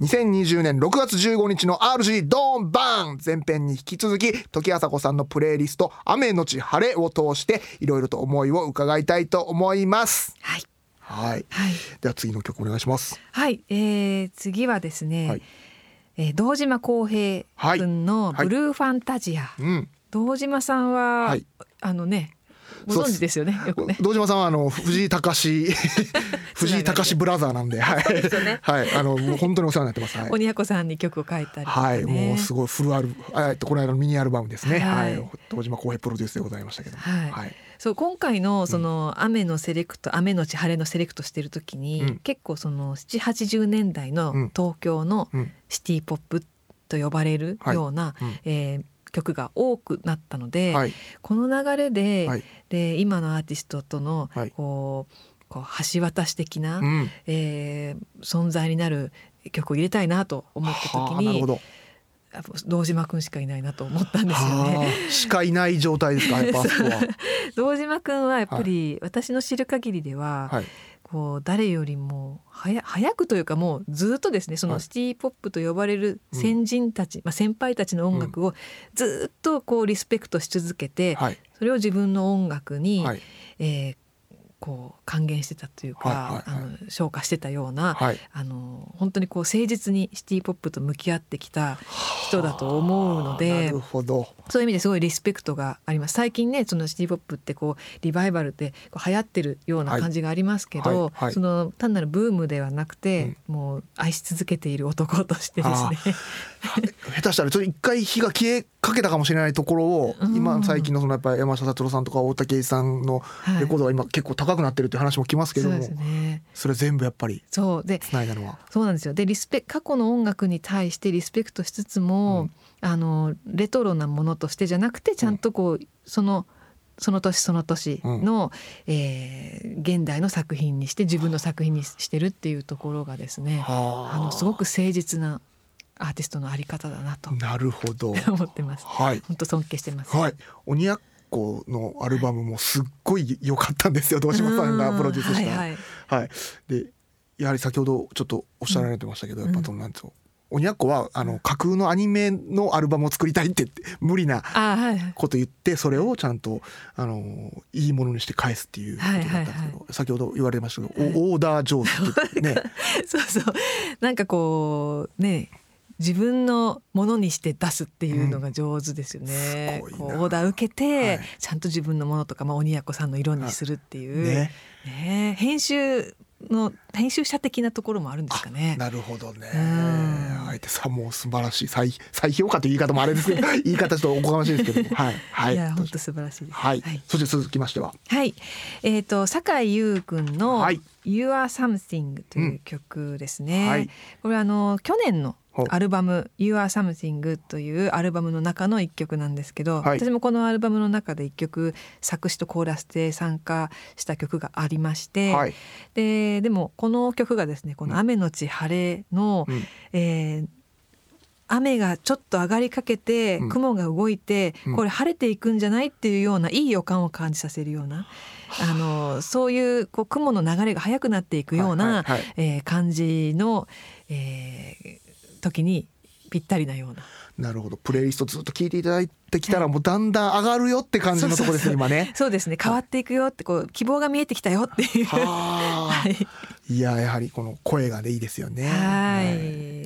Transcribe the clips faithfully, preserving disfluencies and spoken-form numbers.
にせんにじゅうねんろくがつじゅうごにちの アールジー ドーンバーン前編に引き続き時あさこさんのプレイリスト雨のち晴れを通していろいろと思いを伺いたいと思います。 はい、 はい、 はい、 では次の曲お願いします。 はい、えー、次はですね、 はい、 えー、堂島康平君のブルーファンタジア、 はいはい、うん、 堂島さんは、はい、あのねご存知ですよね。よくね、 堂島さんはあの藤井隆藤井隆ブラザーなんで、はい、ね、はい、あのもう本当にお世話になってます。はい、 鬼奴さんに曲を書いたりとか、ね、 はい、もうすごいフルアルバム、この間のミニアルバムですね。はい、はい、堂島康平プロデュースでございましたけども、 はい、はい、そう今回のその雨のセレクト、うん、雨のち晴れのセレクトしてる時に、うん、結構そのななじゅうはちじゅうねんだいの東京のシティポップと呼ばれるような、うん、えー曲が多くなったので、はい、この流れ で,、はい、で今のアーティストとのこう、こう橋渡し的な、うん、えー、存在になる曲を入れたいなと思った時に堂島くんしかいないなと思ったんですよね。 しかいない状態ですか、やっぱあそこは。 堂島くんはやっぱり私の知る限りでは、はい、こう誰よりも早くというかもうずっとですねそのシティポップと呼ばれる先人たち、はい、まあ、先輩たちの音楽をずっとこうリスペクトし続けて、はい、それを自分の音楽に、はい、えーこう還元してたというか、はいはいはい、あの昇華してたような、はい、あの本当にこう誠実にシティポップと向き合ってきた人だと思うので、 なるほど、 そういう意味ですごいリスペクトがあります。最近ねそのシティポップってこうリバイバルってこう流行ってるような感じがありますけど、はいはいはい、その単なるブームではなくて、うん、もう愛し続けている男としてですね下手したらちょっと一回火が消えかけたかもしれないところを、うん、今最近のそのやっぱり山下達郎さんとか大竹さんのレコードが今結構高くなってるっていう話も聞きますけども、はい、そうですね、それ全部やっぱりつないだのはそうなんですよ。でリスペ過去の音楽に対してリスペクトしつつも、うん、あのレトロなものとしてじゃなくてちゃんとこう、うん、そのその年その年の、うん、えー、現代の作品にして自分の作品にしてるっていうところがですね、あのすごく誠実なアーティストのあり方だなとなるほど思ってます。はい、本当尊敬してます。 はい、鬼奴のアルバムもすっごい良かったんですよ、堂島さんがプロデュースした、はいはいはい、でやはり先ほどちょっとおっしゃられてましたけど、うん、やっぱそのなんていうの、鬼奴はあの架空のアニメのアルバムを作りたいって言って無理なこと言ってそれをちゃんとあのいいものにして返すっていうことだったんですけど、はいはいはい、先ほど言われましたけど、はい、オーダー上手ってねそうそう、なんかこうね自分のものにして出すっていうのが上手ですよね、うん、こうオーダー受けて、はい、ちゃんと自分のものとか、まあ、鬼奴さんの色にするっていう、ねね、編集の編集者的なところもあるんですかね。 なるほどね、あえてさもう素晴らしい 再, 再評価という言い方もあれですけど言い方ちょっとおこがましいですけども、はいはい、 いや本当素晴らしいです、 はいはい、そして続きましては、 はい、えーと、酒井優君の You Are Something という曲ですね、うん、はい、これはあの去年のアルバム You Are Something というアルバムの中の一曲なんですけど、はい、私もこのアルバムの中で一曲作詞とコーラスで参加した曲がありまして、はい、で, でもこの曲がですねこの雨のち晴れの、うん、えー雨がちょっと上がりかけて、うん、雲が動いて、うん、これ晴れていくんじゃないっていうようないい予感を感じさせるような、あのそういう、こう雲の流れが速くなっていくような、はいはいはい、えー、感じの、えー、時にぴったりなような。 なるほど、プレイリストずっと聞いていただいてきたらもうだんだん上がるよって感じのところですね、今ね。 そうですね、変わっていくよって、こう希望が見えてきたよっていう。 はい、いややはりこの声がねいいですよね。 はい、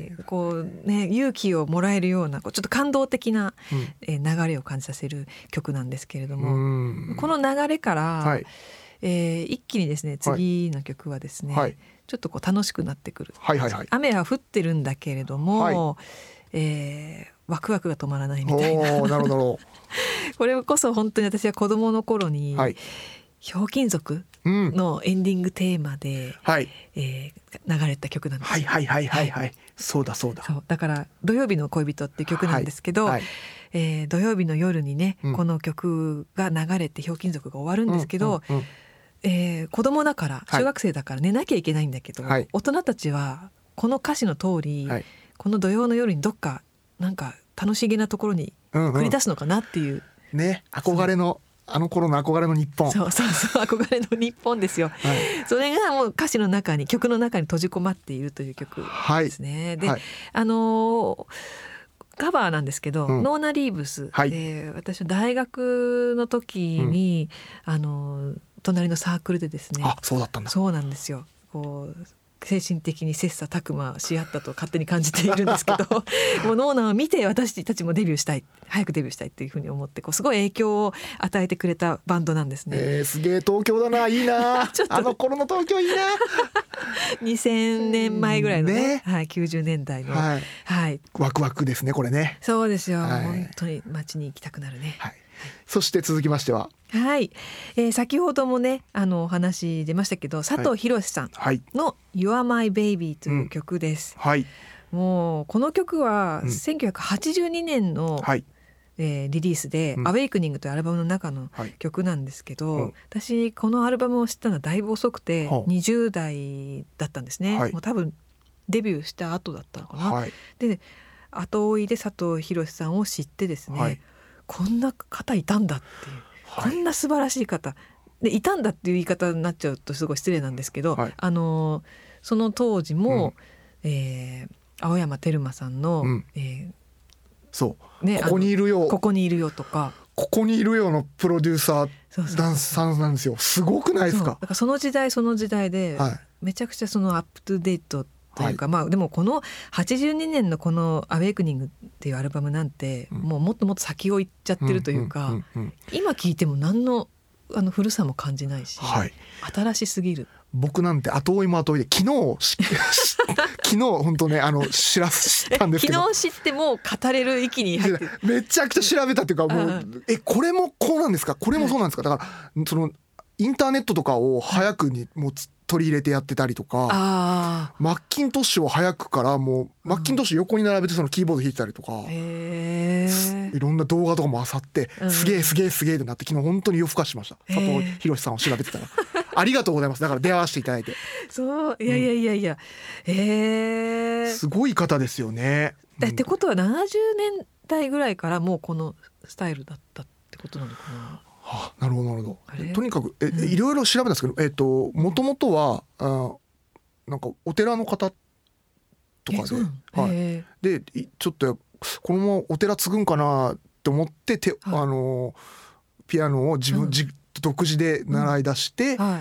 はい、こうね勇気をもらえるようなこうちょっと感動的な、うん、えー、流れを感じさせる曲なんですけれども、うん、この流れから、はい、えー、一気にですね次の曲はですね、はい、ちょっとこう楽しくなってくる、はいはいはい、雨は降ってるんだけれども、はい、えーワクワクが止まらないみたいな。 なるほどこれこそ本当に私は子どもの頃に、はい、ひょうきん族のエンディングテーマで、はい、えー、流れた曲なんですよ。 はいはいはいはい、はい、そうだそうだ。 そうだから土曜日の恋人っていう曲なんですけど、はいはい、えー、土曜日の夜にね、うん、この曲が流れてひょうきん族が終わるんですけど、うんうんうん、えー、子供だから中学生だから寝なきゃいけないんだけど、はい、大人たちはこの歌詞の通り、はい、この土曜の夜にどっかなんか楽しげなところに繰り出すのかなっていう、 うんうん、ね、憧れのあの頃の憧れの日本。 そうそうそう、憧れの日本ですよ、はい、それがもう歌詞の中に曲の中に閉じ込まっているという曲ですね、はい、で、はい、あのー、カバーなんですけど、うん、ノーナ・リーブス、はい、で私は大学の時に、うん、あのー、隣のサークルでですね、 あ、そうだったんだ。 そうなんですよ。こう精神的に切磋琢磨し合ったと勝手に感じているんですけどもうノーナを見て私たちもデビューしたい、早くデビューしたいっていうふうに思って、こうすごい影響を与えてくれたバンドなんですね。 えー、すげえ東京だな、いいなあの頃の東京いいなにせんねんまえぐらいの ね, ね、はい、きゅうじゅうねんだいの、はいはい、 ワクワクですねこれね。 そうですよ、はい、本当に街に行きたくなるね、はい、 そして続きましては、 はい、えー、先ほどもねあのお話出ましたけど佐藤博さんの You are my baby という曲です、うん、はい、もうこの曲はせんきゅうひゃくはちじゅうにねんの、うん、はい、えー、リリースで、うん、アウェイクニングというアルバムの中の曲なんですけど、はい、うん、私このアルバムを知ったのはだいぶ遅くて、うん、にじゅう代だったんですね、はい、もう多分デビューした後だったのかな、はい、で後追いで佐藤博さんを知ってですね、はい、こんな方いたんだっていう、はい、こんな素晴らしい方でいたんだっていう言い方になっちゃうとすごい失礼なんですけど、はい、あのその当時も、うん、えー、青山テルマさんの、うん、えー、 そうね、ここにいるよここにいるよとかここにいるよのプロデューサーダンスさんなんですよ。すごくないですか。 だからその時代その時代で、はい、めちゃくちゃそのアップトゥデートというか、はい、まあでもこのはちじゅうにねんのこのアウェイクニングっていうアルバムなんて、うん、もうもっともっと先を行っちゃってるというか、うんうんうんうん、今聴いても何のあの古さも感じないし、はい、新しすぎる。 僕なんて後追いも後追いで昨日昨日本当ねあの知らしたんですけど昨日知っても語れる域に入ってめちゃくちゃ調べたっていうかもうえこれもこうなんですかこれもそうなんですか、だからそのインターネットとかを早くにもう取り入れてやってたりとか、あマッキントッシュを早くからもうマッキントッシュ横に並べてそのキーボード弾いてたりとか、うん、へいろんな動画とかも漁って、うん、すげえすげえすげえってなって昨日本当に夜更かししました。佐藤博さんを調べてたらありがとうございます。だから出会わせていただいてそういやいやいやいや、うん、へえすごい方ですよね、 うん、ってことはななじゅうねんだいぐらいからもうこのスタイルだったってことなのかな。 はあ、なるほどなるほど。とにかくえ、うん、いろいろ調べたんですけど、えっともともとはあなんかお寺の方とかで、はい、でちょっとこのままお寺継ぐんかなって思ってて、はい、あのピアノを自分、うん、自独自で習い出して、うんはい、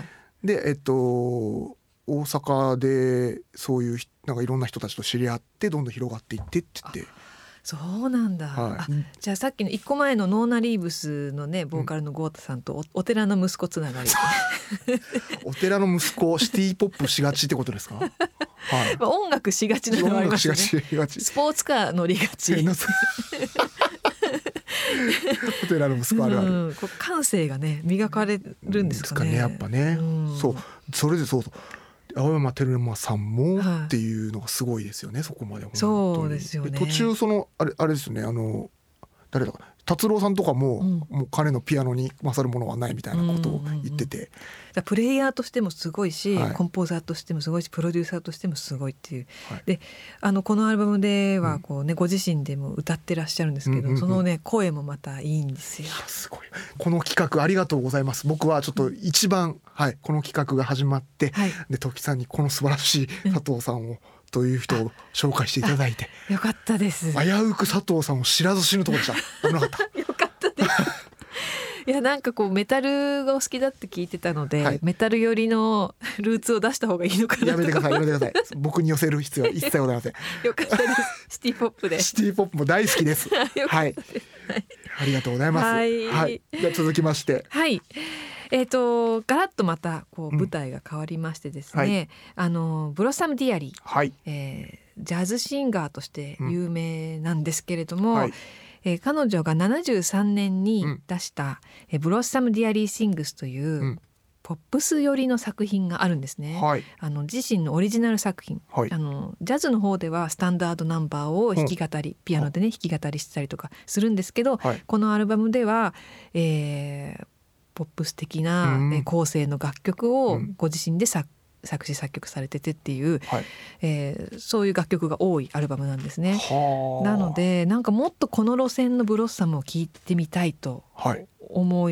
でえっと大阪でそういうなんかいろんな人たちと知り合ってどんどん広がっていってって言って。 そうなんだ、はい、あじゃあさっきのいっこまえのノーナ・リーブスのねボーカルのゴータさんと お, お寺の息子つながりお寺の息子シティポップしがちってことですか、はいまあ、音楽しがちなのもありますね。スポーツカー乗りがちお寺の息子あるある、うん、 こう感性がね磨かれるんですかね、 ですかねやっぱね、うん、そうそれでそうそう青山テルマさんもっていうのがすごいですよね、はい、そこまでそうですよね。 途中そのあれあれですよねあの誰だか達郎さんとかも、うん、もう彼のピアノに勝るものはないみたいなことを言ってて、うんうんうん、プレイヤーとしてもすごいし、はい、コンポーザーとしてもすごいしプロデューサーとしてもすごいっていう、はい、であのこのアルバムではこう、ねうん、ご自身でも歌ってらっしゃるんですけど、うんうんうん、そのね声もまたいいんですよ。いやすごいこの企画ありがとうございます。僕はちょっと一番、うんはい、この企画が始まって、はい、で時さんにこの素晴らしい佐藤さんを、うんという人を紹介していただいてよかったです。 危うく佐藤さんを知らず死ぬところでした危なかったよかったですいやなんかこうメタルがお好きだって聞いてたので、はい、メタル寄りのルーツを出した方がいいのかなと。 やめてくださいやめてください僕に寄せる必要は一切ございませんよかったですシティポップでシティポップも大好きですはい、ありがとうございます、はいはい、じゃあ続きましてはいえー、とガラッとまたこう舞台が変わりましてですね、うんはい、あのブロッサム・ディアリー、はいえー、ジャズシンガーとして有名なんですけれども、うんはいえー、彼女がななじゅうさんねんに出した、うんえー、ブロッサム・ディアリー・シングスという、うん、ポップス寄りの作品があるんですね、はい、あの自身のオリジナル作品、はい、あのジャズの方ではスタンダードナンバーを弾き語り、うん、ピアノでね弾き語りしたりとかするんですけど、はい、このアルバムでは、えーポップス的な、うん、構成の楽曲をご自身で作、うん、作詞作曲されててっていう、はいえー、そういう楽曲が多いアルバムなんですね。なのでなんかもっとこの路線のブロッサムを聴いてみたいと思い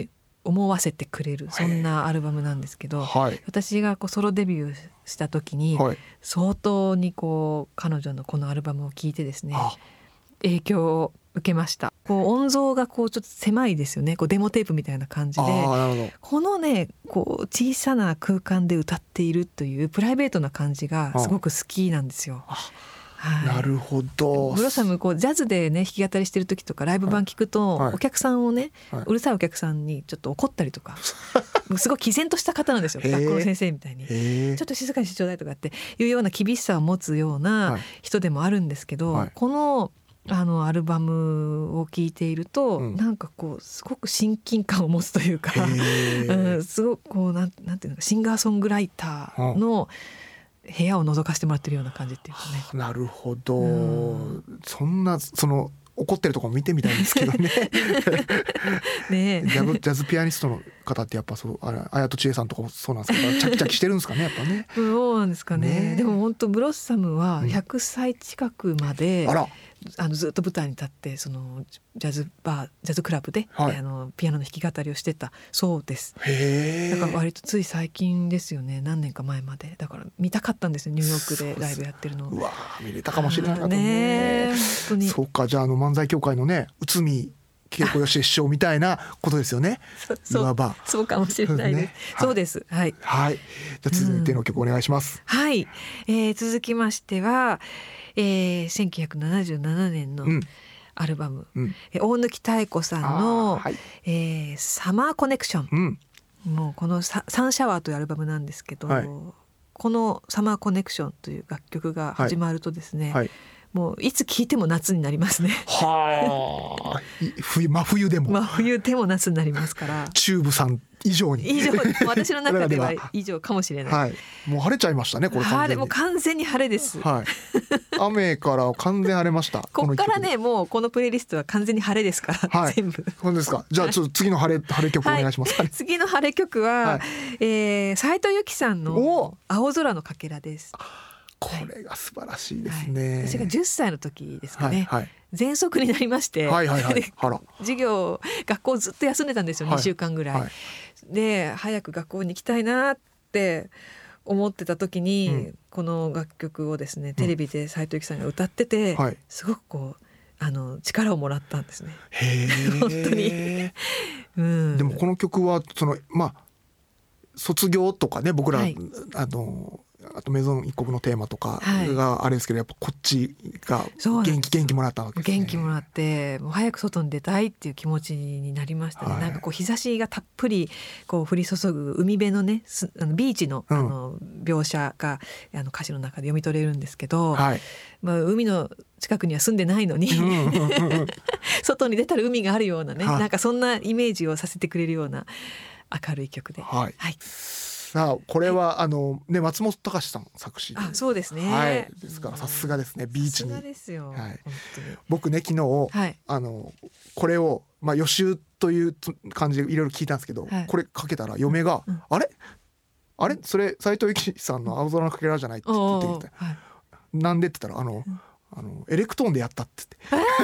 思わせてくれるそんなアルバムなんですけど、はい、私がこうソロデビューした時に、はい、相当にこう彼女のこのアルバムを聴いてですね影響を受けました。こう音像がこうちょっと狭いですよね。こうデモテープみたいな感じで、このねこう小さな空間で歌っているというプライベートな感じがすごく好きなんですよ。 はい、なるほど。 ブロッサムこうジャズでね弾き語りしてる時とかライブ版聞くと、はい、お客さんをね、はい、うるさいお客さんにちょっと怒ったりとかすごい毅然とした方なんですよ。学校の先生みたいにちょっと静かにしてちょうだいとかっていうような厳しさを持つような人でもあるんですけど、はい、このあのアルバムを聴いていると、うん、なんかこうすごく親近感を持つというか、うん、すごくこうなん、なんていうのかシンガーソングライターの部屋を覗かせてもらってるような感じっていうかね。 なるほど、うん、そんなその怒ってるところ見てみたいんですけどねねジャズ、ジャズピアニストの方ってやっぱそうあれ綾戸千恵さんとかもそうなんですけどチャキチャキしてるんですかねやっぱね。 そうなんですか ね, ねでも本当ブロッサムはひゃくさい近くまで、うん、あらあのずっと舞台に立ってそのジャズバージャズクラブで、はい、あのピアノの弾き語りをしてたそうです。へー。だから割とつい最近ですよね。何年か前までだから見たかったんですよニューヨークでライブやってるの。 うわ見れたかもしれないかとね。本当にそうか。じゃああの漫才協会のね内海恵子よしえ師匠みたいなことですよね。 そ, そうそうかもしれないです。そうです。はい。 はい。じゃあ続いての曲お願いします。 うん、はい、えー。続きましては、えー、せんきゅうひゃくななじゅうななねんのアルバム、うん、え大貫妙子さんの、はいえー、サマーコネクション、うん、もうこのサンシャワーというアルバムなんですけど、はい、このサマーコネクションという楽曲が始まるとですね、はいはいもういつ聴いても夏になりますね。 はあ、冬真冬でも真冬でも夏になりますから。 チューブさん以上に以上私の中では以上かもしれない。 はい、もう晴れちゃいましたねこれ完全に。晴れもう完全に晴れです。 はい、雨から完全晴れました。 こっからねもうこのプレイリストは完全に晴れですから、はい、全部。 そうですか。じゃあちょっと次の晴れ晴れ曲お願いします。 はい、次の晴れ曲は、はいえー、斉藤由貴さんの青空のかけらです。 これが素晴らしいですね。 はい、私がじゅっさいの時ですかね、はいはい、喘息になりまして、はいはいはい、あら授業学校ずっと休んでたんですよ、はい、にしゅうかんぐらい、はい、で早く学校に行きたいなって思ってた時に、うん、この楽曲をですねテレビで斉藤由貴さんが歌ってて、うん、すごくこうあの力をもらったんですね。へー本当に、 うん、でもこの曲はそのまあ卒業とかね僕ら、はい、あのあとメゾン一国のテーマとかがあれですけど、はい、やっぱこっちが元気元気もらったわけですね。 元気もらってもう早く外に出たいっていう気持ちになりましたね。はい、なんかこう日差しがたっぷりこう降り注ぐ海辺のねあのビーチ の, あの描写があの歌詞の中で読み取れるんですけど、はいまあ、海の近くには住んでないのに外に出たら海があるようなね、はい、なんかそんなイメージをさせてくれるような明るい曲で、はいはいさあこれは、はい、あのね松本隆さん作詞で、 あそうですね、 はい、ですからさすがですねビーチに。 さすがですよ、はい、本当に僕ね昨日、はい、あのこれをまあ予習という感じでいろいろ聞いたんですけど、はい、これかけたら嫁が、うん、あれあれそれ斉藤由貴さんの青空のかけらじゃないって言ってきて、はい、なんでって言ったらあの、うん、あのエレクトーンでやったって言って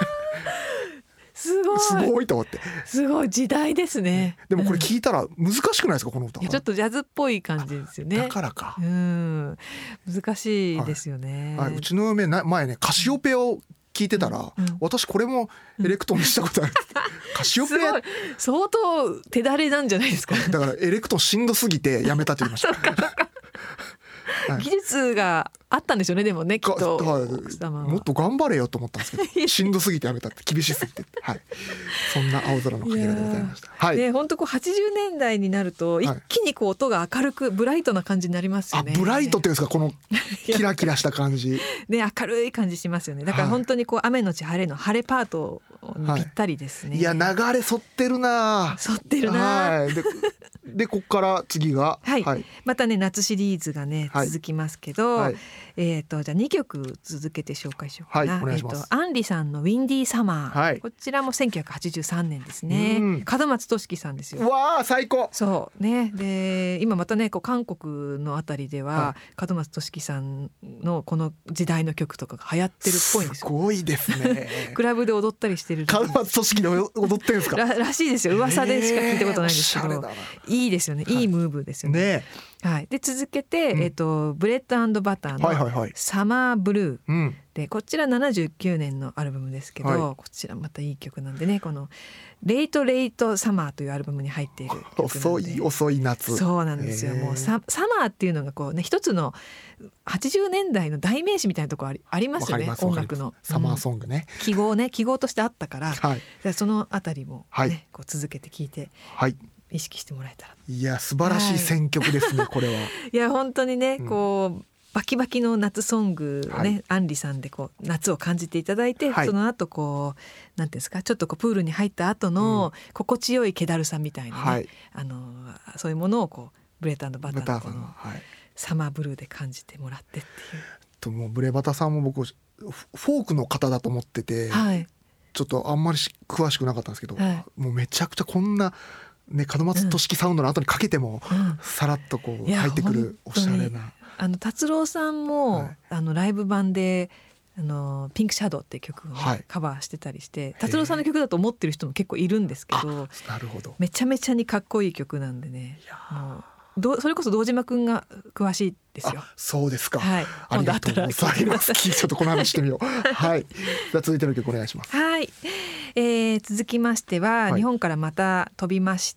すごいすごいと思ってすごい時代ですね。 でもこれ聞いたら難しくないですかこの歌。 いやちょっとジャズっぽい感じですよね。 だからかうん難しいですよね、 はいはい、うちの嫁な前ねカシオペアを聞いてたら、うん、私これもエレクトーンにしたことある、うん、カシオペア相当手だれなんじゃないですか。 だからエレクトーンしんどすぎてやめたって言いましたはい、技術があったんでしょうねでもねきっと奥様はもっと頑張れよと思ったんですけどしんどすぎてやめたって厳しすぎて、はい、そんな青空のかけらでございました。はい、 ね本当こうはちじゅうねんだいになると一気にこう音が明るくブライトな感じになりますよね。 あブライトっていうんですかこのキラキラした感じね明るい感じしますよね。だから本当にこう雨のち晴れの晴れパートにぴったりですね。 はい、いや流れ沿ってるな沿ってるな、 はい、ででここから次が、 はいはい、またね夏シリーズがね続きますけど、はい、えー、とじゃあにきょく続けて紹介しようかな、 はい、お願いします。 えー、とアンリさんのウィンディーサマー、はい、こちらもせんきゅうひゃくはちじゅうさんねんですね。門松俊樹さんですよ。 わー最高。 そうね。で今またねこう韓国のあたりでは、はい、門松俊樹さんのこの時代の曲とかが流行ってるっぽいんですよ。 すごいですね。 クラブで踊ったりしてる。 門松俊樹で踊ってるんですか。 ら, らしいですよ。噂でしか聞いたことないんですけど、いいですよね。いいムーブですよね。ねはい、で続けて、うん、えー、とブレッド&バターのサマーブルー、はいはいはい、でこちらななじゅうきゅうねんのアルバムですけど、はい、こちらまたいい曲なんでね、このレイトレイトサマーというアルバムに入っている曲なんで、 遅い遅い夏。 そうなんですよ。もう サ, サマーっていうのがこうね一つのはちじゅうねんだいの代名詞みたいなところ あ, りありますよね。音楽のサマーソングね、 うん、記号ね記号としてあったから、はい、そのあたりも、ね、はい、こう続けて聴いて、はい、意識してもらえたら。 いや素晴らしい選曲ですね、はい、これは。 いや本当にね、こうバキバキの夏ソングをね、はい、アンリさんでこう夏を感じていただいて、はい、その後こうなんていうんですか、ちょっとこうプールに入った後の心地よい気だるさみたいなね、はい、あのそういうものをこうブレッド&バターのこのサマーブルーで感じてもらってっていう。 ともうブレバタさんも僕フォークの方だと思ってて、はい、ちょっとあんまり詳しくなかったんですけど、はい、もうめちゃくちゃこんなね、門松俊樹サウンドの後にかけても、うん、さらっとこう入ってくるおしゃれな。 あの達郎さんも、はい、あのライブ版であのピンクシャドウっていう曲を、ね、はい、カバーしてたりして、達郎さんの曲だと思ってる人も結構いるんですけど、 なるほど、 めちゃめちゃにかっこいい曲なんでね、もうどそれこそ堂島くんが詳しいですよ。 そうですか、 はい、 ありがとうございます。ちょっとこの話してみよう。はい、じゃあ続いての曲お願いします。 はい、えー、続きましては、はい、日本からまた飛びまして、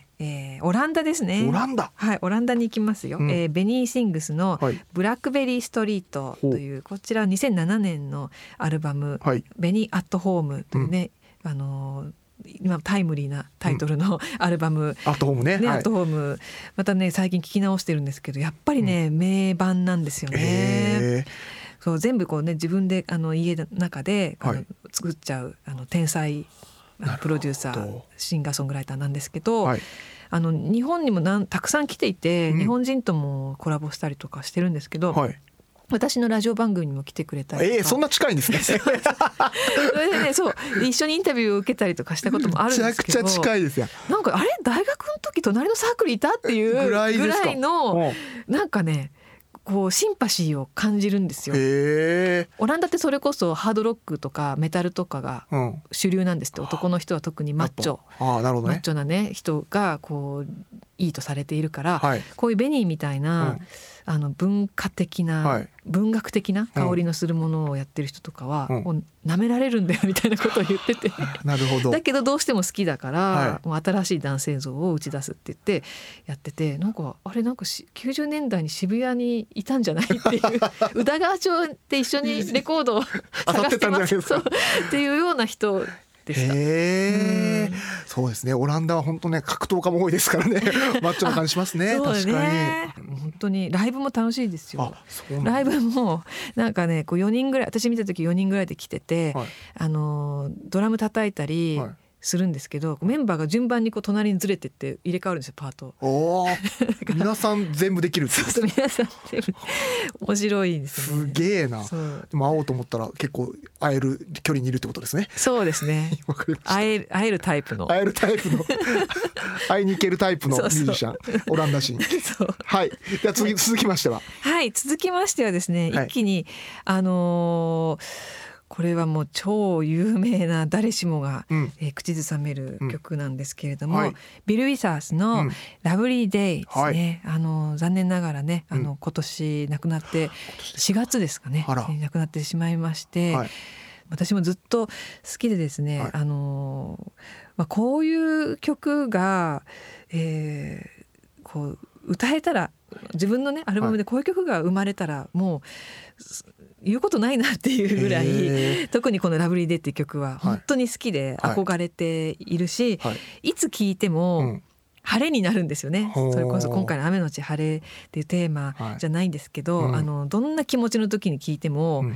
うん、えー、オランダですね。 オランダ、 はい、オランダに行きますよ、うん、えー、ベニー・シングスのブラックベリーストリートという、こちらにせんななねんのアルバム、はい、ベニー・アット・ホームというね、うん、あのー今タイムリーなタイトルのアルバム、うん、 アットホームね、 ね、はい、アットホームまたね最近聞き直してるんですけど、やっぱりね、うん、名盤なんですよね、えー、そう全部こうね自分であの家の中であの、はい、作っちゃうあの天才プロデューサーシンガーソングライターなんですけど、はい、あの日本にもなんたくさん来ていて、うん、日本人ともコラボしたりとかしてるんですけど、はい、私のラジオ番組にも来てくれたりとか、 えー、そんな近いんですね。それでね、そう一緒にインタビューを受けたりとかしたこともあるんですけど、 めちゃくちゃ近いですよ。 なんかあれ大学の時隣のサークルいたっていうぐらいのなんかねこうシンパシーを感じるんですよ。へー。オランダってそれこそハードロックとかメタルとかが主流なんですって、うん、男の人は特にマッチョ、ああ、なるほどね、マッチョなね人がこういいとされているから、はい、こういうベニーみたいな、うん、あの文化的な、はい、文学的な香りのするものをやってる人とかは、うん、もう舐められるんだよみたいなことを言っててなるほど。 だけどどうしても好きだから、はい、もう新しい男性像を打ち出すって言ってやってて、なんかあれなんかきゅうじゅうねんだいに渋谷にいたんじゃないっていう宇田川町で一緒にレコードを探してますっていうような人でした。 へー、うん、そうですね。オランダは本当ね格闘家も多いですからねマッチョな感じしますね。確かに本当にライブも楽しいですよ。ライブもなんかねこうよにんぐらい、私見た時よにんぐらいで来てて、はい、あのドラム叩いたり、はい、するんですけど、メンバーが順番にこう隣にずれてって入れ替わるんですよ、パート。 お皆さん全部できるってそうそう皆さん全部面白いんですよね。 すげえな。でも会おうと思ったら結構会える距離にいるってことですね。 そうですね会える、会えるタイプの会えるタイプの会いに行けるタイプのミュージシャン、そうそうオランダ人そうはい。じゃあ次、はい、続きましてははい続きましてはですね、はい、一気にあのーこれはもう超有名な誰しもが、うんえー、口ずさめる曲なんですけれども、うんはい、ビル・ウィサースのラブリーデイですね、はい、あの残念ながらねあの、うん、今年亡くなってしがつですかね、亡くなってしまいまして、はい、私もずっと好きでですね、はい、あのまあ、こういう曲が、えー、こう歌えたら自分のねアルバムでこういう曲が生まれたらもう言うことないなっていうぐらい、特にこのラブリーデーっていう曲は本当に好きで憧れているし、はいはい、いつ聴いても晴れになるんですよね、うん、それこそ今回の雨のち晴れっていうテーマじゃないんですけど、はいうん、あのどんな気持ちの時に聴いても、うん、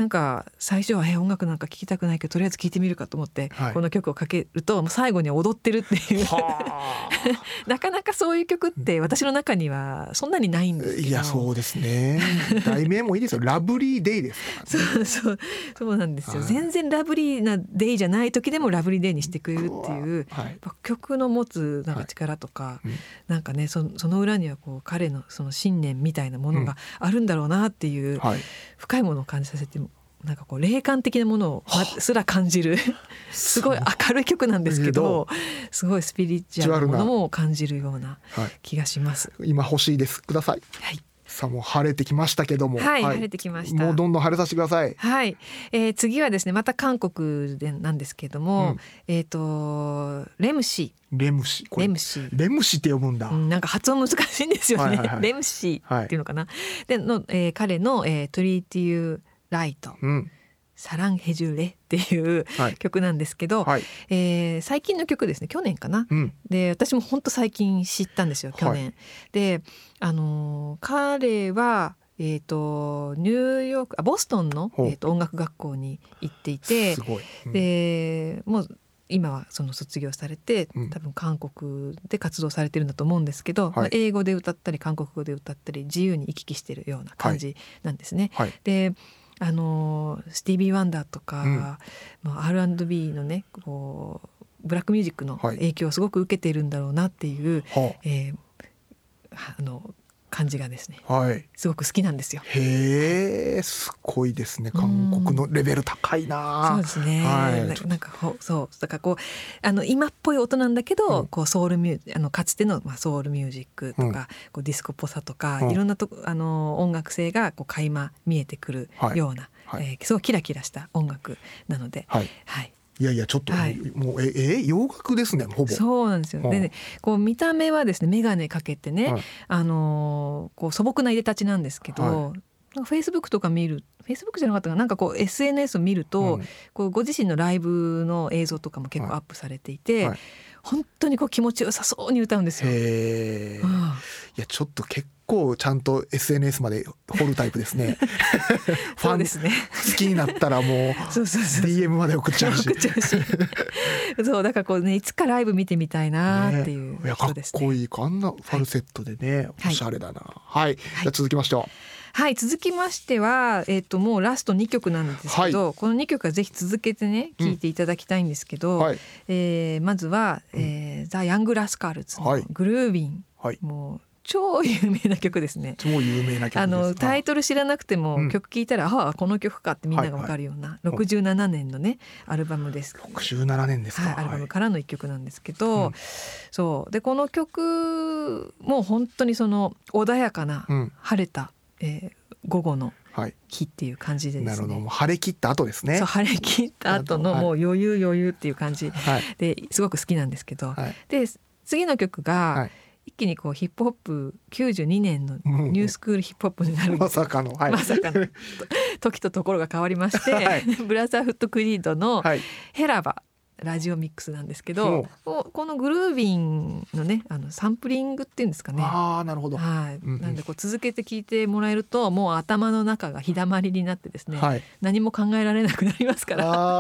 なんか最初はえ音楽なんか聴きたくないけどとりあえず聴いてみるかと思って、はい、この曲をかけると最後に踊ってるっていうなかなかそういう曲って私の中にはそんなにないんですけど。 いやそうですね題名もいいですよラブリーデイですから、 ね、そうそうそうなんですよ、はい、全然ラブリーなデイじゃない時でもラブリーデイにしてくれるっていう、はい、曲の持つなんか力とか、はい、なんかね そ, その裏にはこう彼のその信念みたいなものがあるんだろうなっていう、うんはい、深いものを感じさせてなんかこう霊感的なものをすら感じるすごい明るい曲なんですけどすごいスピリチュアルなものも感じるような気がします、 はい、今欲しいですください、はい、さあもう晴れてきましたけども、 はい、はい、晴れてきました。 もうどんどん晴れさせてください。 はい、えー、次はですねまた韓国でなんですけども、うん、えっ、ー、とレムシレムシレムシレムシって呼ぶんだ、うん、 なんか発音難しいんですよね、はいはいはい、レムシっていうのかな、はい、での、えー、彼の、えー、トリーティーライト、うん、サランヘジュレっていう曲なんですけど、はいえー、最近の曲ですね去年かな、うん、で私も本当最近知ったんですよ去年、はい、で、あのー、彼はえー、とニューヨークあボストンの、えー、と音楽学校に行っていてすごい、うん、 でもう今はその卒業されて多分韓国で活動されてるんだと思うんですけど、うんまあ、英語で歌ったり韓国語で歌ったり自由に行き来してるような感じなんですね、はいはい、であのスティービー・ワンダーとか、うんまあ、アールアンドビー のねこうブラックミュージックの影響をすごく受けているんだろうなっていう、はいえー、あの感じがですね、はい、すごく好きなんですよ。 へーすごいですね韓国のレベル高いな。 そうですね、はい、な, なんかそうだからこうあの今っぽい音なんだけど、うん、こうソウルミューあのかつての、まあ、ソウルミュージックとか、うん、こうディスコっぽさとか、うん、いろんなとあの音楽性がこう垣間見えてくるような、はいはいえー、すごいキラキラした音楽なので、はいはいいやいやちょっと、はい、もうええ洋楽ですねほぼ。 そうなんですよ、はあ、でねこう見た目はですね眼鏡かけてね、はい、あのー、こう素朴ないでたちなんですけど、はい、なんかフェイスブックとか見るフェイスブックじゃなかったかななんかこう エスエヌエス を見ると、うん、こうご自身のライブの映像とかも結構アップされていて、はいはい、本当にこう気持ちよさそうに歌うんですよ。 へー、うん、いやちょっと結構ちゃんと エスエヌエス まで掘るタイプですねファンですね好きになったらもうそうそうそう ディーエム まで送っちゃうし送っちゃうしそうだからこうねいつかライブ見てみたいなっていう人ですね。 ねいやかっこいいあんなファルセットでね、はい、おしゃれだな。はい、はい、じゃあ続きましてははい続きましては、えー、ともうラストにきょくなんですけど、はい、このにきょくはぜひ続けてね聴いていただきたいんですけど、うんはいえー、まずは、えー、ザ・ヤング・ラスカルズのグルービン、はい、もう超有名な曲ですね。 超有名な曲です。 あのタイトル知らなくても、うん、曲聴いたらああこの曲かってみんなが分かるような、はいはい、ろくじゅうななねんのねアルバムです。 ろくじゅうななねんですか、 はい、アルバムからのいっきょくなんですけど、うん、そうでこの曲も本当にその穏やかな、うん、晴れた、えー、午後の日っていう感じでですね、 なるほどもう晴れ切った後ですね。 そう晴れ切った後のもう余裕余裕っていう感じですごく好きなんですけど、はい、で次の曲が、はい一気にこうヒップホップきゅうじゅうにねんのニュースクールヒップホップになる、うん、 まさかの、はい、 まさかの時とところが変わりまして、はい、ブラザーフットクリードのヘラバラジオミックスなんですけど、はい、このグルービンのねあのサンプリングっていうんですかね。 あーなるほど、 はいうんうん、なんでこう続けて聞いてもらえるともう頭の中が日だまりになってですね、はい、何も考えられなくなりますから。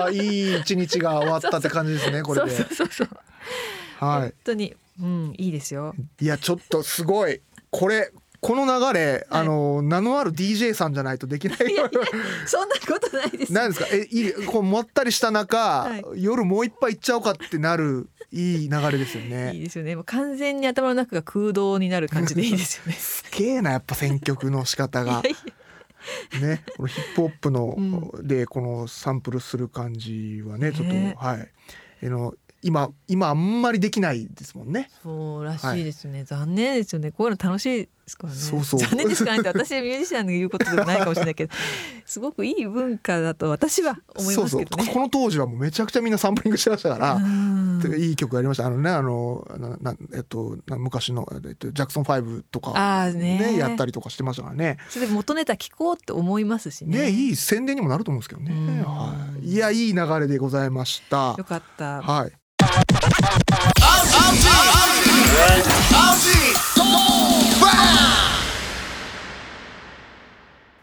あーいい一日が終わったって感じですねこれで。 そうそうそうそう、はい、本当にうん、いいですよ。 いやちょっとすごいこれこの流れ、はい、あの名のある ディージェー さんじゃないとできない。いやいやそんなことないです。 なんですかえいいこうもったりした中、はい、夜もう一杯いっちゃおうかってなるいい流れですよね。 いいですよね。もう完全に頭の中が空洞になる感じでいいですよね。 すげえなやっぱ選曲の仕方が。いやいやね、このヒップホップの、うん、でこのサンプルする感じはねちょっと、ね、はいあの今今あんまりできないですもんね。 そうらしいですね、はい、残念ですよね。こういうの楽しいですからね。 そうそう残念ですかねって私はミュージシャンの言うことでもないかもしれないけどすごくいい文化だと私は思いますけどね。 そうそうこの当時はもうめちゃくちゃみんなサンプリングしてましたからいい曲ありました。あのねあのなえっと昔の、えっと、ジャクソンファイブとか、ねね、やったりとかしてましたからね。 それで元ネタ聞こうって思いますし ね, ねいい宣伝にもなると思うんですけどね、はい、いやいい流れでございました。 よかった。 はい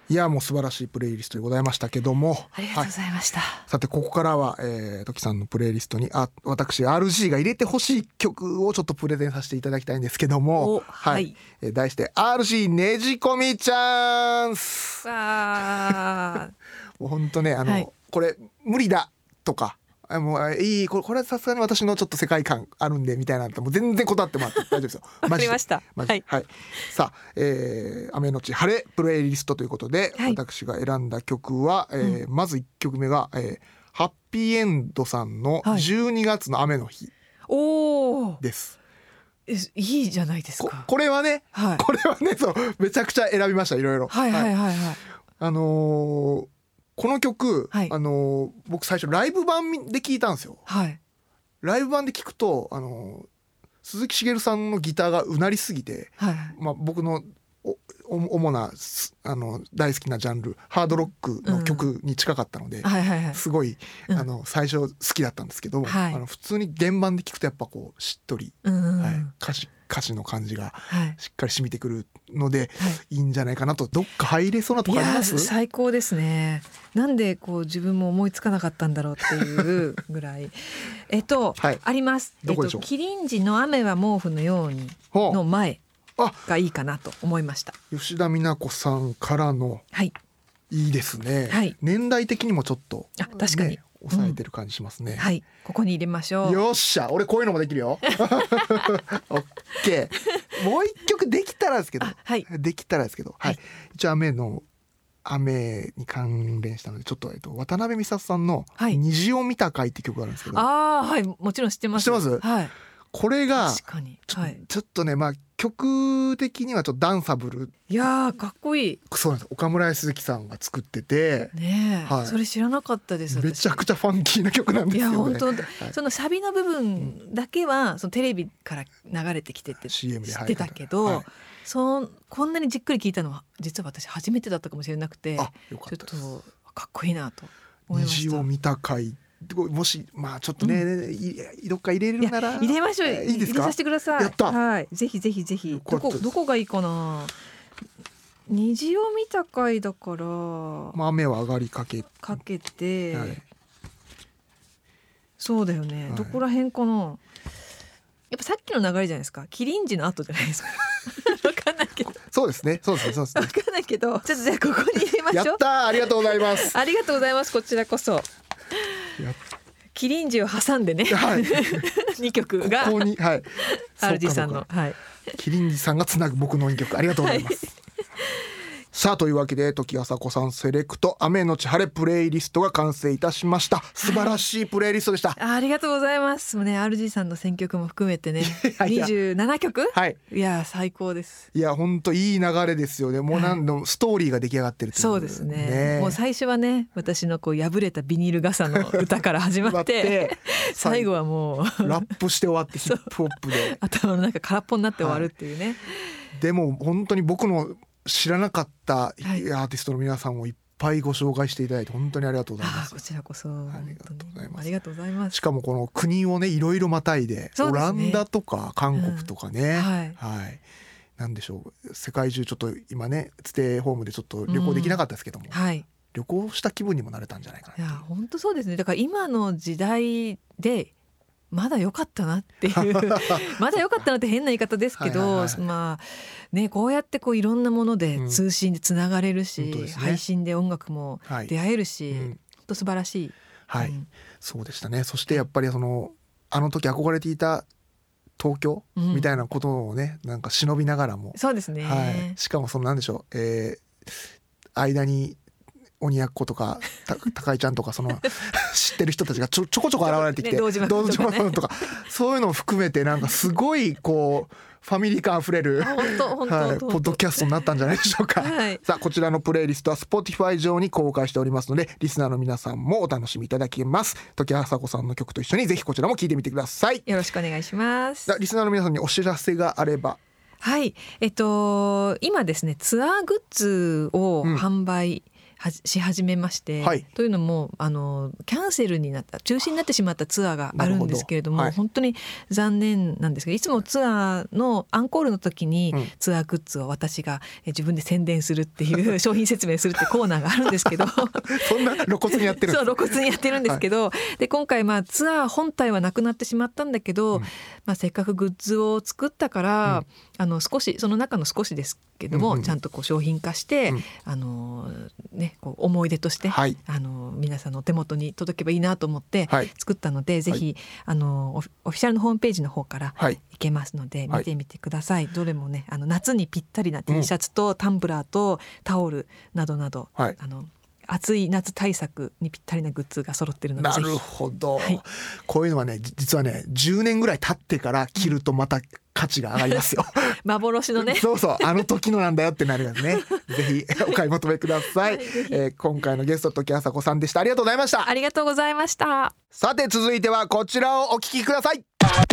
いやもう素晴らしいプレイリストでございましたけども、 ありがとうございました、はい、 さてここからは、えー、トキさんのプレイリストにあ私 アールジー が入れてほしい曲をちょっとプレゼンさせていただきたいんですけども、はい、はい、えー、題して アールジー ねじ込みチャンス。 わもうほんとねあの、はい、これ無理だとかもういいこれこれはさすがに私のちょっと世界観あるんでみたいなのもう全然断ってもらって大丈夫ですよ。 わかりました。 はい、はい、さあ、えー、雨のち晴れプレイリストということで、はい、私が選んだ曲は、えーうん、まずいっきょくめが、えー、ハッピーエンドさんのじゅうにがつの雨の日です、 はい、いいじゃないですか。 こ, これはね、はい、これはねそうめちゃくちゃ選びました。いろいろ、 はいはいはいはい、 あのーこの曲、 はい、 あの僕最初ライブ版で聴いたんですよ、 はい、 ライブ版で聴くとあの鈴木茂さんのギターがうなりすぎて、 はい、 まあ、僕の主なあの大好きなジャンルハードロックの曲に近かったので、うんはいはいはい、すごい、うん、あの最初好きだったんですけど、はい、あの普通に原版で聴くとやっぱこうしっとり、うんはい、歌詞歌詞の感じがしっかり染みてくるので、はい、いいんじゃないかなと。どっか入れそうなとこあります？ いや最高ですね。なんでこう自分も思いつかなかったんだろうっていうぐらいえっと、はい、あります。 どこでしょう？ えっと、キリンジの雨は毛布のようにの前がいいかなと思いました。 吉田美奈子さんからの、はい、いいですね、はい、年代的にもちょっと、ね、 あ確かに抑えてる感じしますね、うん、 はいここに入れましょう。 よっしゃ俺こういうのもできるよオッケーもう一曲できたらですけど、はい、できたらですけど、はいはい、一応雨の雨に関連したのでちょっと、えっと、渡辺美里さんの虹を見た回っていう曲があるんですけど、 ああはいもちろん知ってます。 知ってます、 はい、 これが確かに、 はい、ちょっとねまあ曲的にはちょっとダンサブル。 いやーかっこいい。 そうなんです。岡村康之さんが作っててねえ、はい、それ知らなかったです。 めちゃくちゃファンキーな曲なんですよね。いや本当、はい、 そのサビの部分だけはそのテレビから流れてきてて知ってたけど、はいはい、そこんなにじっくり聞いたのは実は私初めてだったかもしれなくて、 あよかったです。 ちょっとかっこいいなと思いました。 虹を見た回もしまあちょっとね、うん、どっか入れるなら入れましょう。いいですか？入れさせてください。 やった、 はい、ぜひぜひぜひ。どこどこがいいかな。虹を見た回だから、 まあ、雨は上がりかけかけて、はい、そうだよね、はい、どこら辺かな。やっぱさっきの流れじゃないですか。キリンジの後じゃないですか。わかんないけど。 そうですねそうですねそうですね。 わかんないけどちょっとじゃあここに入れましょう。 やったありがとうございます。 ありがとうございます。こちらこそキリンジを挟んでね、はい、にきょくがここに、はい、アールジー さんの、はい、 キリンジさんがつなぐ僕のにきょくありがとうございます、はい、さあというわけで時あさこさんセレクト雨のち晴れプレイリストが完成いたしました。素晴らしいプレイリストでした、はい、 あ, ありがとうございます。もうね アールジー さんの選曲も含めてねにじゅうななきょく、はい、いや最高です。 いや本当いい流れですよね。もう何度もストーリーが出来上がってるという、 そうです ね, ねもう最初はね私のこう破れたビニール傘の歌から始まって最後はもうラップして終わってヒップホップで頭の中空っぽになって終わるっていうね、はい、 でも本当に僕の知らなかったアーティストの皆さんをいっぱいご紹介していただいて本当にありがとうございます。 こちらこそありがとうございます。 ありがとうございます。 しかもこの国をねいろいろまたいで、ね、オランダとか韓国とかね、うんはいはい、なんでしょう世界中ちょっと今ねステイホームでちょっと旅行できなかったですけども、うんはい、旅行した気分にもなれたんじゃないかな。 いや本当そうですね。だから今の時代でまだ良かったなっていうまだ良かったなって変な言い方ですけどはいはい、はい、まあねこうやってこういろんなもので通信でつながれるし、うんね、配信で音楽も出会えるし、はいうん、本当素晴らしい。 はい、うん、そうでしたね。そしてやっぱりそのあの時憧れていた東京みたいなことをね、うん、なんか忍びながらもそうですね、 はい、しかもそのなんでしょう、えー、間に鬼奴とか高井ちゃんとかその知ってる人たちがちょ、ちょこちょこ現れてきて、ね、 堂島君とかね、 とかそういうのを含めてなんかすごいこうファミリー感あふれる、はい、ポッドキャストになったんじゃないでしょうか、はい、さあこちらのプレイリストは Spotify 上に公開しておりますのでリスナーの皆さんもお楽しみいただけます。時あさこさんの曲と一緒にぜひこちらも聴いてみてください。 よろしくお願いします。 リスナーの皆さんにお知らせがあれば。 はい、えっと今ですねツアーグッズを販売、うんはし始めまして、はい、というのもあのキャンセルになった中止になってしまったツアーがあるんですけれども、はい、本当に残念なんですけど、いつもツアーのアンコールの時にツアーグッズを私が自分で宣伝するっていう商品説明するってコーナーがあるんですけどそんな露骨にやってるんですか？ そう露骨にやってるんですけど、はい、で今回まあツアー本体はなくなってしまったんだけど、うんまあ、せっかくグッズを作ったから、うん、あの少しその中の少しですけども、うんうん、ちゃんとこう商品化して、うん、あのね、こう思い出として、はい、あの皆さんのお手元に届けばいいなと思って作ったので、はい、ぜひあのオフィシャルのホームページの方からいけますので、はい、見てみてください。どれもねあの夏にぴったりな T シャツとタンブラーとタオルなどなど、はい、あの暑い夏対策にぴったりなグッズが揃ってるので。 なるほど、はい、こういうのはね実はねじゅうねんぐらい経ってから着るとまた価値が上がりますよ幻のねそうそうあの時のなんだよってなりますねぜひお買い求めください、はいえー、今回のゲスト時あさこさんでした。ありがとうございました。 ありがとうございました。 さて続いてはこちらをお聞きください。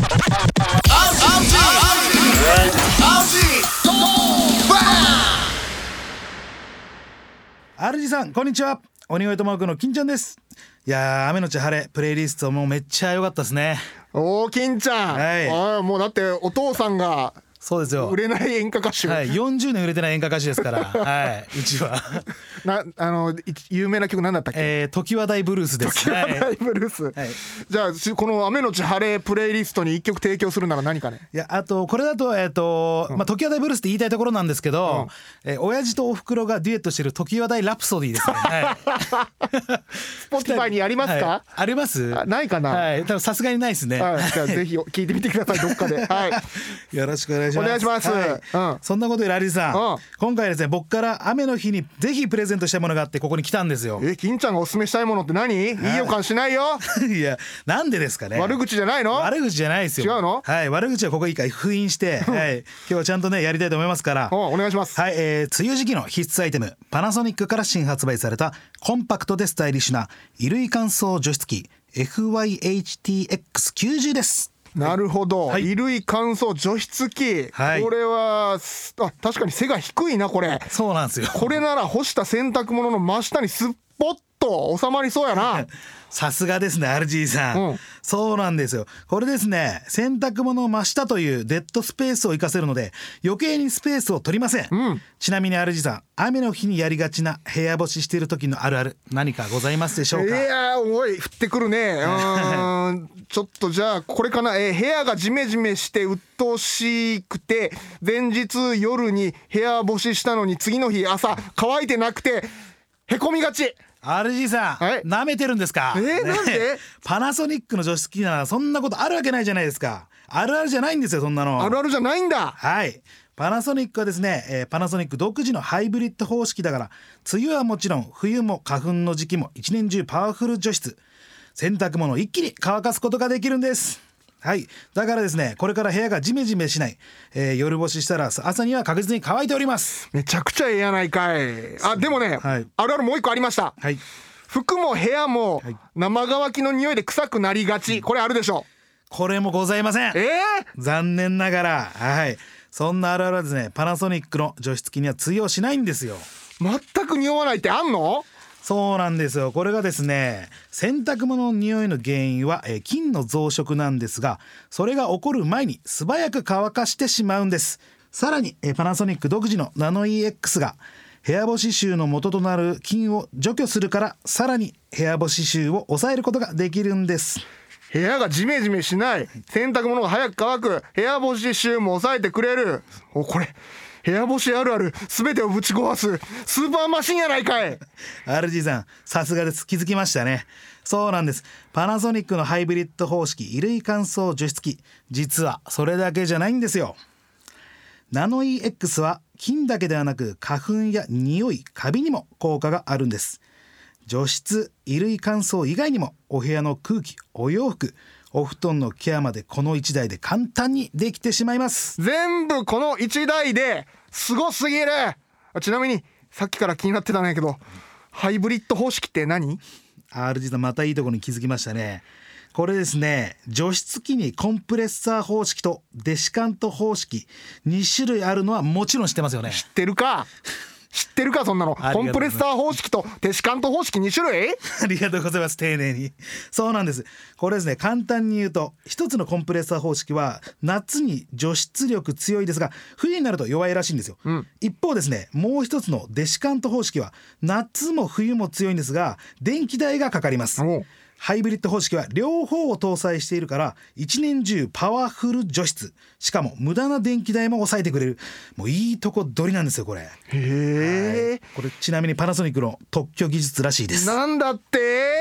アールジー さんこんにちは、鬼越トマホークの金ちゃんです。いやー雨のち晴れプレイリストもうめっちゃ良かったですね。 おー金ちゃん、はい、あもうだってお父さんがそうですよ売れない演歌歌手、 はい、よんじゅうねん売れてない演歌歌手ですから、はい、うちはなあの有名な曲何だったっけ？ えー、時は大ブルースです。 時は大ブルース、はい、じゃあこの雨のち晴れプレイリストにいっきょく提供するなら何かね。 いやあとこれだと、えーとうんまあ、時は大ブルースって言いたいところなんですけど、うんえー、親父とおふくろがデュエットしてる時は大ラプソディですね、はい、 スポティファイにありますか？はい、 あります？ あないかな、 はい、多分さすがにないですね、 はい、じゃあぜひ聞いてみてくださいどっかで、はい、 よろしくお願いします。 お願いします、はいうん、そんなことよりアリさん、うん、今回ですね僕から雨の日にぜひプレゼントしたいものがあってここに来たんですよ。 え金ちゃんがおすすめしたいものって何？いい予感しないよいやなんでですかね。 悪口じゃないの？ 悪口じゃないですよ。 違うの？ はい悪口はここいいか封印して、はい、今日はちゃんとねやりたいと思いますからお, お願いします。 はい、えー、梅雨時期の必須アイテムパナソニックから新発売されたコンパクトでスタイリッシュな衣類乾燥除湿機 エフワイエイチティーエックスきゅうじゅう です。 なるほど、はい、衣類乾燥除湿機、はい、これはあ確かに背が低いなこれ。 そうなんですよ。 これなら干した洗濯物の真下にすっぽっと収まりそうやなさすがですね アールジー さん、うん、そうなんですよ。これですね洗濯物を真下というデッドスペースを生かせるので余計にスペースを取りません、うん、ちなみに アールジー さん雨の日にやりがちな部屋干ししている時のあるある何かございますでしょうか？ いやおい降ってくるねうーんちょっとじゃあこれかな、えー、部屋がジメジメして鬱陶しくて前日夜に部屋干ししたのに次の日朝乾いてなくてへこみがち。 アールジー さん、はい、舐めてるんですか？ えー、ね、なんで？ パナソニックの除湿機ならそんなことあるわけないじゃないですか。あるあるじゃないんですよそんなの。 あるあるじゃないんだ。 はいパナソニックはですね、えー、パナソニック独自のハイブリッド方式だから梅雨はもちろん冬も花粉の時期も一年中パワフル除湿洗濯物を一気に乾かすことができるんです。はいだからですねこれから部屋がジメジメしない、えー、夜干ししたら朝には確実に乾いております。 めちゃくちゃええやないかい。あでもね、はい、あるあるもう一個ありました、はい、服も部屋も生乾きの匂いで臭くなりがち、これあるでしょ？ これもございません、 えー、 残念ながらはいそんなあるあるはですねパナソニックの除湿機には通用しないんですよ。 全く匂わないってあんの？ そうなんですよ。これがですね洗濯物の匂いの原因は、えー、菌の増殖なんですがそれが起こる前に素早く乾かしてしまうんです。さらに、えー、パナソニック独自のナノ イーエックス が部屋干し臭の元となる菌を除去するからさらに部屋干し臭を抑えることができるんです。 部屋がジメジメしない洗濯物が早く乾く部屋干し臭も抑えてくれる。おこれ部屋干しあるある全てをぶち壊すスーパーマシンやないかいアールジー さんさすがです。気づきましたね。そうなんです。パナソニックのハイブリッド方式衣類乾燥除湿機実はそれだけじゃないんですよ。ナノ イーエックス は菌だけではなく花粉や匂いカビにも効果があるんです。除湿衣類乾燥以外にもお部屋の空気お洋服お布団のケアまでこのいちだいで簡単にできてしまいます。 全部このいちだいですごすぎる。ちなみにさっきから気になってたんやけどハイブリッド方式って何？ アールジー さんまたいいところに気づきましたね。これですね除湿機にコンプレッサー方式とデシカント方式にしゅるいあるのはもちろん知ってますよね。 知ってるか知ってるかそんなの。コンプレッサー方式とテシカント方式に種類。 ありがとうございます。丁寧に。そうなんです。これですね、簡単に言うと一つのコンプレッサー方式は夏に除湿力強いですが冬になると弱いらしいんですよ、うん、一方ですね、もう一つのデシカント方式は夏も冬も強いんですが電気代がかかります。ハイブリッド方式は両方を搭載しているから一年中パワフル除湿、しかも無駄な電気代も抑えてくれる、もういいとこ取りなんですよこれ。へえ。 これちなみにパナソニックの特許技術らしいです。 なんだって。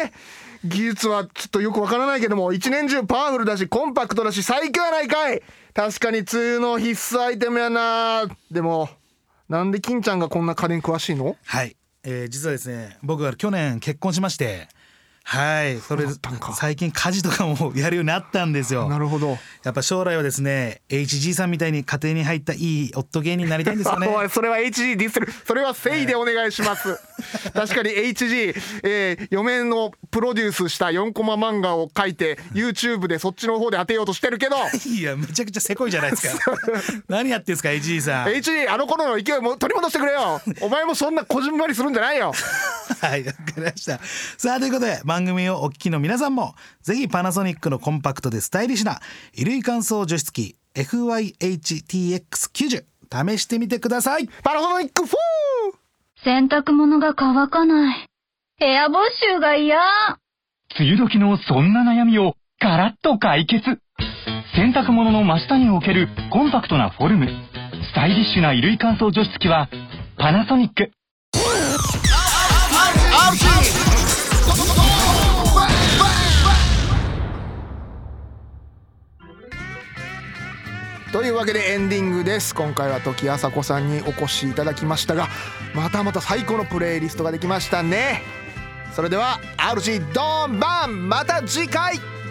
技術はちょっとよくわからないけども一年中パワフルだしコンパクトだし最強やないかい。確かに梅雨の必須アイテムやな。でもなんで金ちゃんがこんな家電詳しいの？ はい、えー、実はですね、僕は去年結婚しまして、はい、それ最近家事とかもやるようになったんですよ。 なるほど。 やっぱ将来はですね エイチジー さんみたいに家庭に入ったいい夫芸人になりたいんですよね。 それは エイチジー ディスる。それは誠意でお願いします、えー、確かに エイチジー、えー、嫁のプロデュースしたよんコマ漫画を書いて YouTube でそっちの方で当てようとしてるけどいやめちゃくちゃせこいじゃないですか何やってんすか エイチジー さん。 エイチジー あの頃の勢いも取り戻してくれよお前もそんなこじんまりするんじゃないよはいわかりました。さあということで番組をお聞きの皆さんもぜひパナソニックのコンパクトでスタイリッシュな衣類乾燥除湿機 エフワイエイチティーエックスきゅうじゅう 試してみてください。 パナソニックフォー。 洗濯物が乾かない。エアウォッシュが嫌。 梅雨時のそんな悩みをガラッと解決。洗濯物の真下に置けるコンパクトなフォルム、スタイリッシュな衣類乾燥除湿機はパナソニック。 というわけでエンディングです。今回は時あさこさんにお越しいただきましたが、またまた最高のプレイリストができましたね。それでは アールジー ドンバン、また次回。